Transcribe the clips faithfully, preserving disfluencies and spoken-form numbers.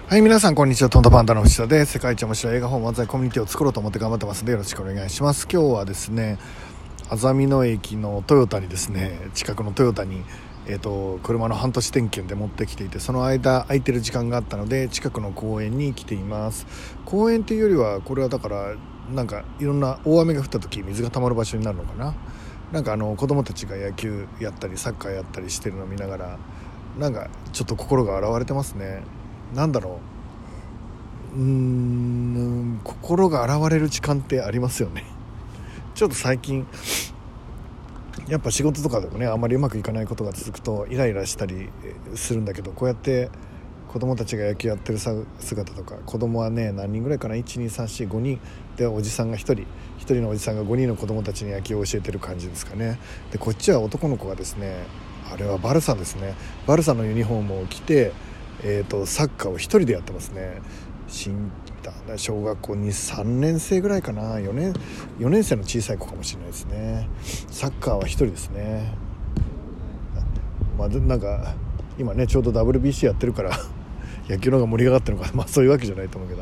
はい、皆さんこんにちは。トントパンダの藤田で世界一面白い映画本漫才コミュニティを作ろうと思って頑張ってますのでよろしくお願いします。今日はですね、あざみ野駅のトヨタにですね、近くのトヨタに、えー、と車の半年点検で持ってきていて、その間空いてる時間があったので近くの公園に来ています。公園というよりはこれはだからなんかいろんな大雨が降った時水が溜まる場所になるのかな。なんかあの子供たちが野球やったりサッカーやったりしてるのを見ながら、なんかちょっと心が洗われてますね。なんだろううーん心が洗われる時間ってありますよね。ちょっと最近やっぱ仕事とかでもね、あんまりうまくいかないことが続くとイライラしたりするんだけど、こうやって子供たちが野球やってる姿とか、子供はね何人ぐらいかな、いちにさんしごにんで、おじさんがひとりひとりのおじさんがごにんの子供たちに野球を教えてる感じですかね。でこっちは男の子がですね、あれはバルサですね、バルサのユニフォームを着て、えーと、サッカーを一人でやってますね。新小学校にさんねん生ぐらいかな、4年よねん生の小さい子かもしれないですね。サッカーは一人ですね。まあ、なんか今ねちょうど ダブリュービーシー やってるから野球の方が盛り上がってるのか、まあそういうわけじゃないと思うけど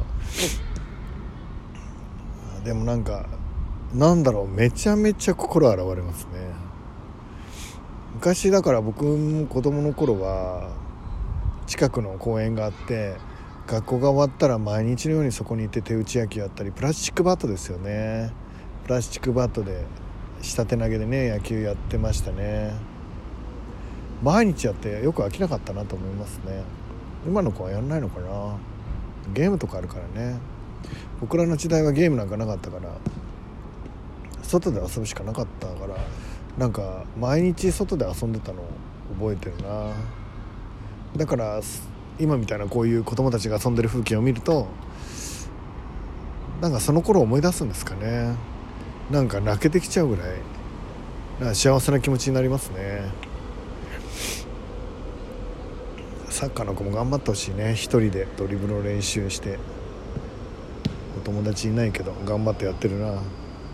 でもなんかなんだろう、めちゃめちゃ心洗われますね。昔だから僕も子供の頃は近くの公園があって、学校が終わったら毎日のようにそこに行って手打ち野球やったり、プラスチックバットですよね。プラスチックバットで下手投げでね野球やってましたね。毎日やってよく飽きなかったなと思いますね。今の子はやんないのかな。ゲームとかあるからね。僕らの時代はゲームなんかなかったから、外で遊ぶしかなかったから、なんか毎日外で遊んでたのを覚えてるな。だから今みたいなこういう子供たちが遊んでる風景を見ると、なんかその頃を思い出すんですかね。なんか泣けてきちゃうぐらいなんか幸せな気持ちになりますね。サッカーの子も頑張ってほしいね。一人でドリブルを練習して、お友達いないけど頑張ってやってるな。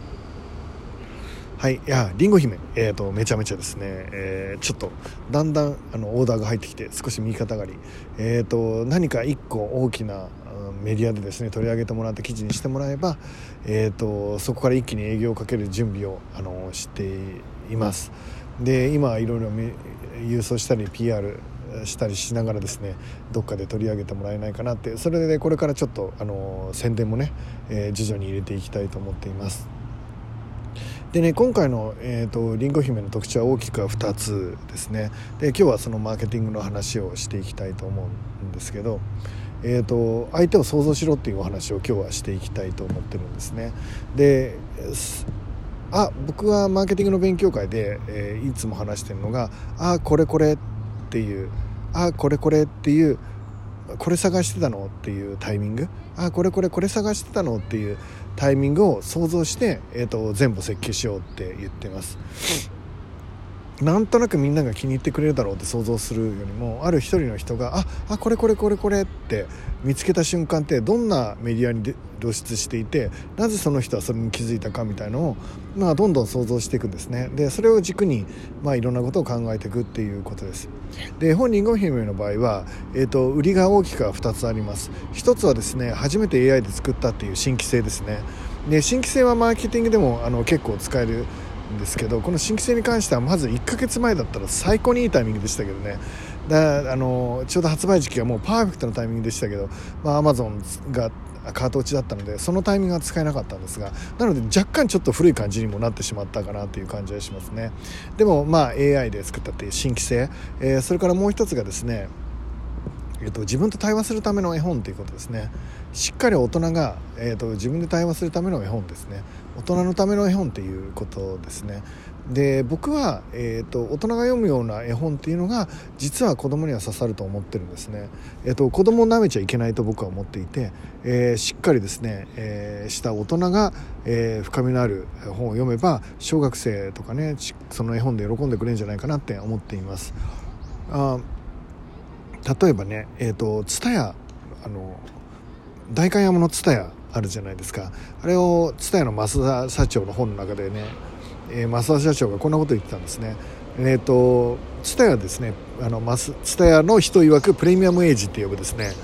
はい、いやリンゴ姫、えー、とめちゃめちゃですね、えー、ちょっとだんだんあのオーダーが入ってきて少し右肩上がり、えー、と何か一個大きなメディアでですね取り上げてもらって記事にしてもらえば、えー、とそこから一気に営業をかける準備をあのしています。で今いろいろ郵送したり ピーアール したりしながらですね、どっかで取り上げてもらえないかなって、それで、ね、これからちょっとあの宣伝もね、えー、徐々に入れていきたいと思っています。でね、今回の、えーと、リンゴ姫の特徴は大きくはふたつですね。で今日はそのマーケティングの話をしていきたいと思うんですけど、えーと、相手を想像しろっていうお話を今日はしていきたいと思ってるんですね。であ僕はマーケティングの勉強会で、えー、いつも話してるのが、あこれこれっていう、あこれこれっていう、これ探してたのっていうタイミング、あこれこれこれ探してたのっていうタイミングを想像して、えーと、全部設計しようって言ってます。なんとなくみんなが気に入ってくれるだろうって想像するよりも、ある一人の人がああこれこれこれこれって見つけた瞬間って、どんなメディアに露出していて、なぜその人はそれに気づいたかみたいなのを、まあ、どんどん想像していくんですね。でそれを軸に、まあ、いろんなことを考えていくっていうことです。で本リンゴ姫の場合は、えーと、売りが大きくはふたつあります。ひとつはですね、初めて エーアイ で作ったっていう新規性ですね。で新規性はマーケティングでもあの結構使えるですけど、この新規性に関してはまずいっかげつまえだったら最高にいいタイミングでしたけどね。だあのちょうど発売時期がもうパーフェクトなタイミングでしたけど、まあ、Amazon がカート落ちだったのでそのタイミングは使えなかったんですが、なので若干ちょっと古い感じにもなってしまったかなという感じがしますね。でもまあ エーアイ で作ったっていう新規性、えー、それからもう一つがですね、えーと、自分と対話するための絵本ということですね。しっかり大人が、えーと、自分で対話するための絵本ですね。大人のための絵本ということですね。で僕は、えーと、大人が読むような絵本っていうのが実は子供には刺さると思ってるんですね。えーと、子供を舐めちゃいけないと僕は思っていて、えー、しっかりですね、えー、した大人が、えー、深みのある本を読めば小学生とかね、その絵本で喜んでくれるんじゃないかなって思っています。あ例えばね、えーと、ツタヤ、あの代官山のツタヤあるじゃないですか。あれをツタヤの増田社長の本の中でね、えー、増田社長がこんなこと言ってたんですね。えーとツタヤですね、あのツタヤの人曰くプレミアムエイジって呼ぶですね、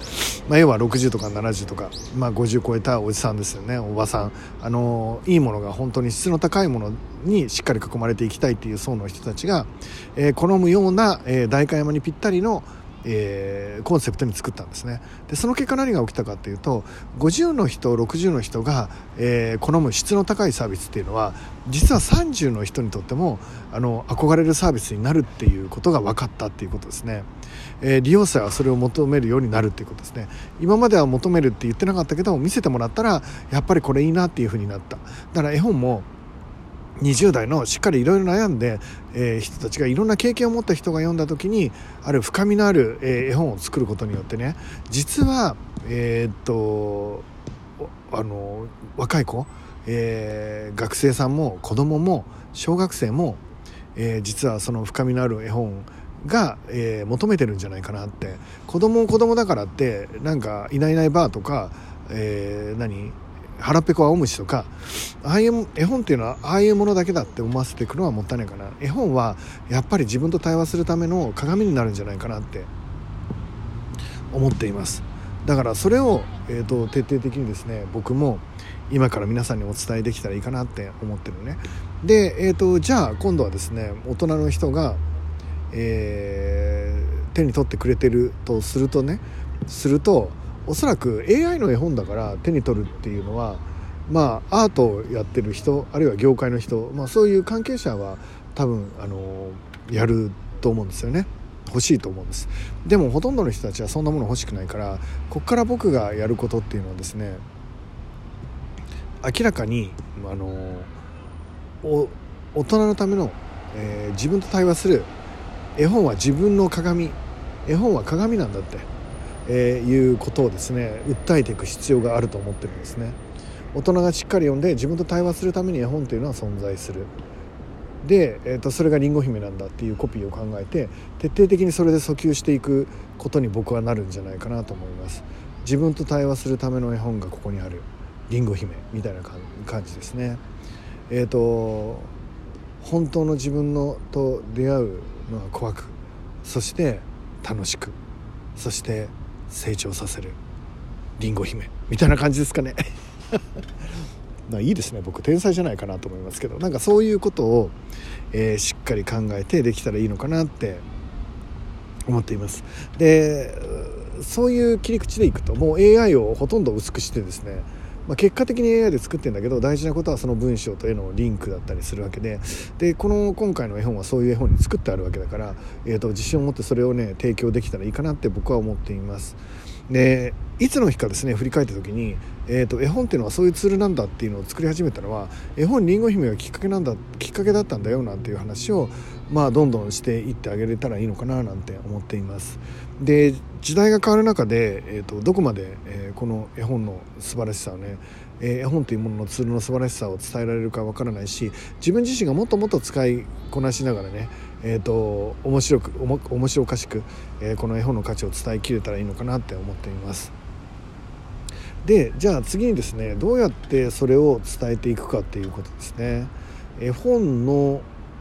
まあ、要はろくじゅうとかななじゅうとか、まあ、ごじゅう超えたおじさんですよね、おばさん。あのいいものが本当に質の高いものにしっかり囲まれていきたいっていう層の人たちが、えー、好むような、えー、代官山にぴったりのえー、コンセプトに作ったんですね。でその結果何が起きたかっていうと、ごじゅうの人ろくじゅうの人が、えー、好む質の高いサービスっていうのは実はさんじゅうの人にとってもあの憧れるサービスになるっていうことが分かったっていうことですね。えー、利用者はそれを求めるようになるっていうことですね。今までは求めるって言ってなかったけど見せてもらったらやっぱりこれいいなっていう風になった。だから絵本もにじゅう代のしっかりいろいろ悩んで、えー、人たちがいろんな経験を持った人が読んだ時にある深みのある、えー、絵本を作ることによってね、実はえー、っとあの若い子、えー、学生さんも子供も小学生も、えー、実はその深みのある絵本が、えー、求めてるんじゃないかなって。子供子供だからってなんかいないいないばあとか、えー、何腹ペコ青虫とかああいう絵本っていうのはああいうものだけだって思わせていくのはもったいないかな。絵本はやっぱり自分と対話するための鏡になるんじゃないかなって思っています。だからそれを、えーと、徹底的にですね僕も今から皆さんにお伝えできたらいいかなって思ってるね。で、えーと、じゃあ今度はですね大人の人が、えー、手に取ってくれてるとするとねするとおそらく エーアイ の絵本だから手に取るっていうのは、まあアートをやってる人あるいは業界の人、まあ、そういう関係者は多分あのやると思うんですよね。欲しいと思うんです。でもほとんどの人たちはそんなもの欲しくないから、ここから僕がやることっていうのはですね、明らかにあのお大人のための、えー、自分と対話する絵本は自分の鏡、絵本は鏡なんだってえー、いうことをですね訴えていく必要があると思ってるんですね。大人がしっかり読んで自分と対話するために絵本というのは存在する。で、えー、とそれがリンゴ姫なんだっていうコピーを考えて徹底的にそれで訴求していくことに僕はなるんじゃないかなと思います。自分と対話するための絵本がここにあるリンゴ姫みたいな感じですね。えーと本当の自分のと出会うのは怖く、そして楽しく、そして成長させるリンゴ姫みたいな感じですかねいいですね。僕天才じゃないかなと思いますけど、なんかそういうことを、えー、しっかり考えてできたらいいのかなって思っています。でそういう切り口でいくともう エーアイ をほとんど薄くしてですね、まあ、結果的に エーアイ で作ってるんだけど大事なことはその文章と絵のリンクだったりするわけで、でこの今回の絵本はそういう絵本に作ってあるわけだから、えーと自信を持ってそれをね提供できたらいいかなって僕は思っています。でいつの日かですね振り返った時に、えーと絵本っていうのはそういうツールなんだっていうのを作り始めたのは絵本リンゴ姫がきっかけなんだきっかけだったんだよなんていう話をまあどんどんしていってあげれたらいいのかななんて思っています。で時代が変わる中で、えーとどこまで、えー、この絵本の素晴らしさをね、えー、絵本というもののツールの素晴らしさを伝えられるかわからないし、自分自身がもっともっと使いこなしながらね、えーと面白くおも面白おかしく、えー、この絵本の価値を伝えきれたらいいのかなって思っています。でじゃあ次にですねどうやってそれを伝えていくかっていうことですね。絵本の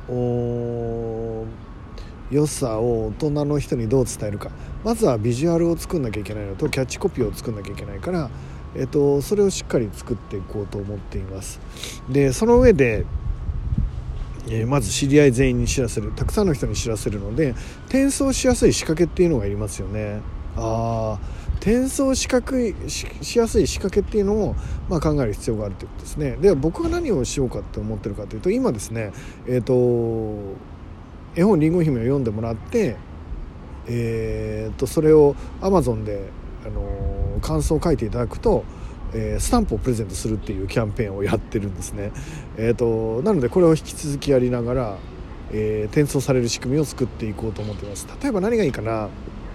良さを大人の人にどう伝えるか、まずはビジュアルを作んなきゃいけないのとキャッチコピーを作んなきゃいけないから、えーとそれをしっかり作っていこうと思っています。でその上でえー、まず知り合い全員に知らせる、たくさんの人に知らせるので転送しやすい仕掛けっていうのがいりますよね。あ転送しかく し, しやすい仕掛けっていうのを、まあ、考える必要があるということですね。では僕は何をしようかって思ってるかというと、今ですね、えー、と絵本リンゴ姫を読んでもらって、えー、とそれを Amazon で、あのー、感想を書いていただくとえー、スタンプをプレゼントするっていうキャンペーンをやってるんですね。えーと、なのでこれを引き続きやりながら、えー、転送される仕組みを作っていこうと思っています。例えば何がいいかな、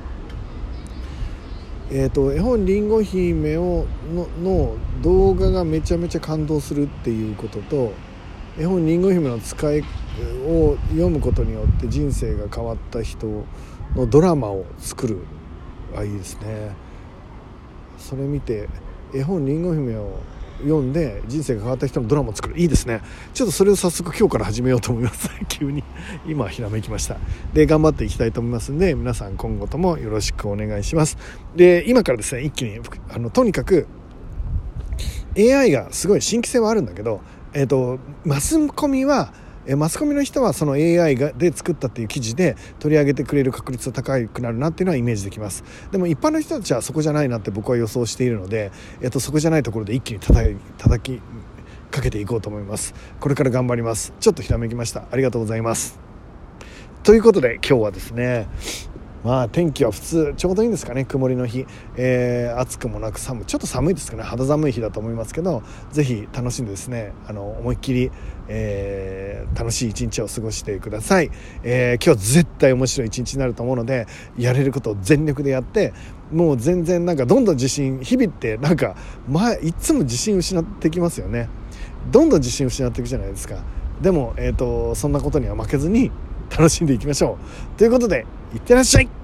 えーと、絵本リンゴ姫を の, の動画がめちゃめちゃ感動するっていうことと、絵本リンゴ姫の使いを読むことによって人生が変わった人のドラマを作る。あ、いいですね。それ見て絵本リンゴ姫を読んで人生が変わった人のドラマを作る。いいですね。ちょっとそれを早速今日から始めようと思います急に今ひらめきました。で頑張っていきたいと思いますので、皆さん今後ともよろしくお願いします。で今からですね一気にあのとにかく エーアイ がすごい新規性はあるんだけど、えーと、マスコミはマスコミの人はその エーアイ がで作ったっていう記事で取り上げてくれる確率が高くなるなっていうのはイメージできます。でも一般の人たちはそこじゃないなって僕は予想しているので、えっと、そこじゃないところで一気に叩き、叩きかけていこうと思います。これから頑張ります。ちょっとひらめきました。ありがとうございます。ということで今日はですね、まあ天気は普通ちょうどいいんですかね。曇りの日、えー、暑くもなく寒い、ちょっと寒いですかね。肌寒い日だと思いますけど、ぜひ楽しんでですね、あの思いっきり、えー、楽しい一日を過ごしてください。えー、今日絶対面白い一日になると思うので、やれることを全力でやって、もう全然なんかどんどん自信、日々ってなんか前いつも自信失ってきますよね。どんどん自信失っていくじゃないですか。でも、えーと、そんなことには負けずに楽しんでいきましょう。ということでいってらっしゃい。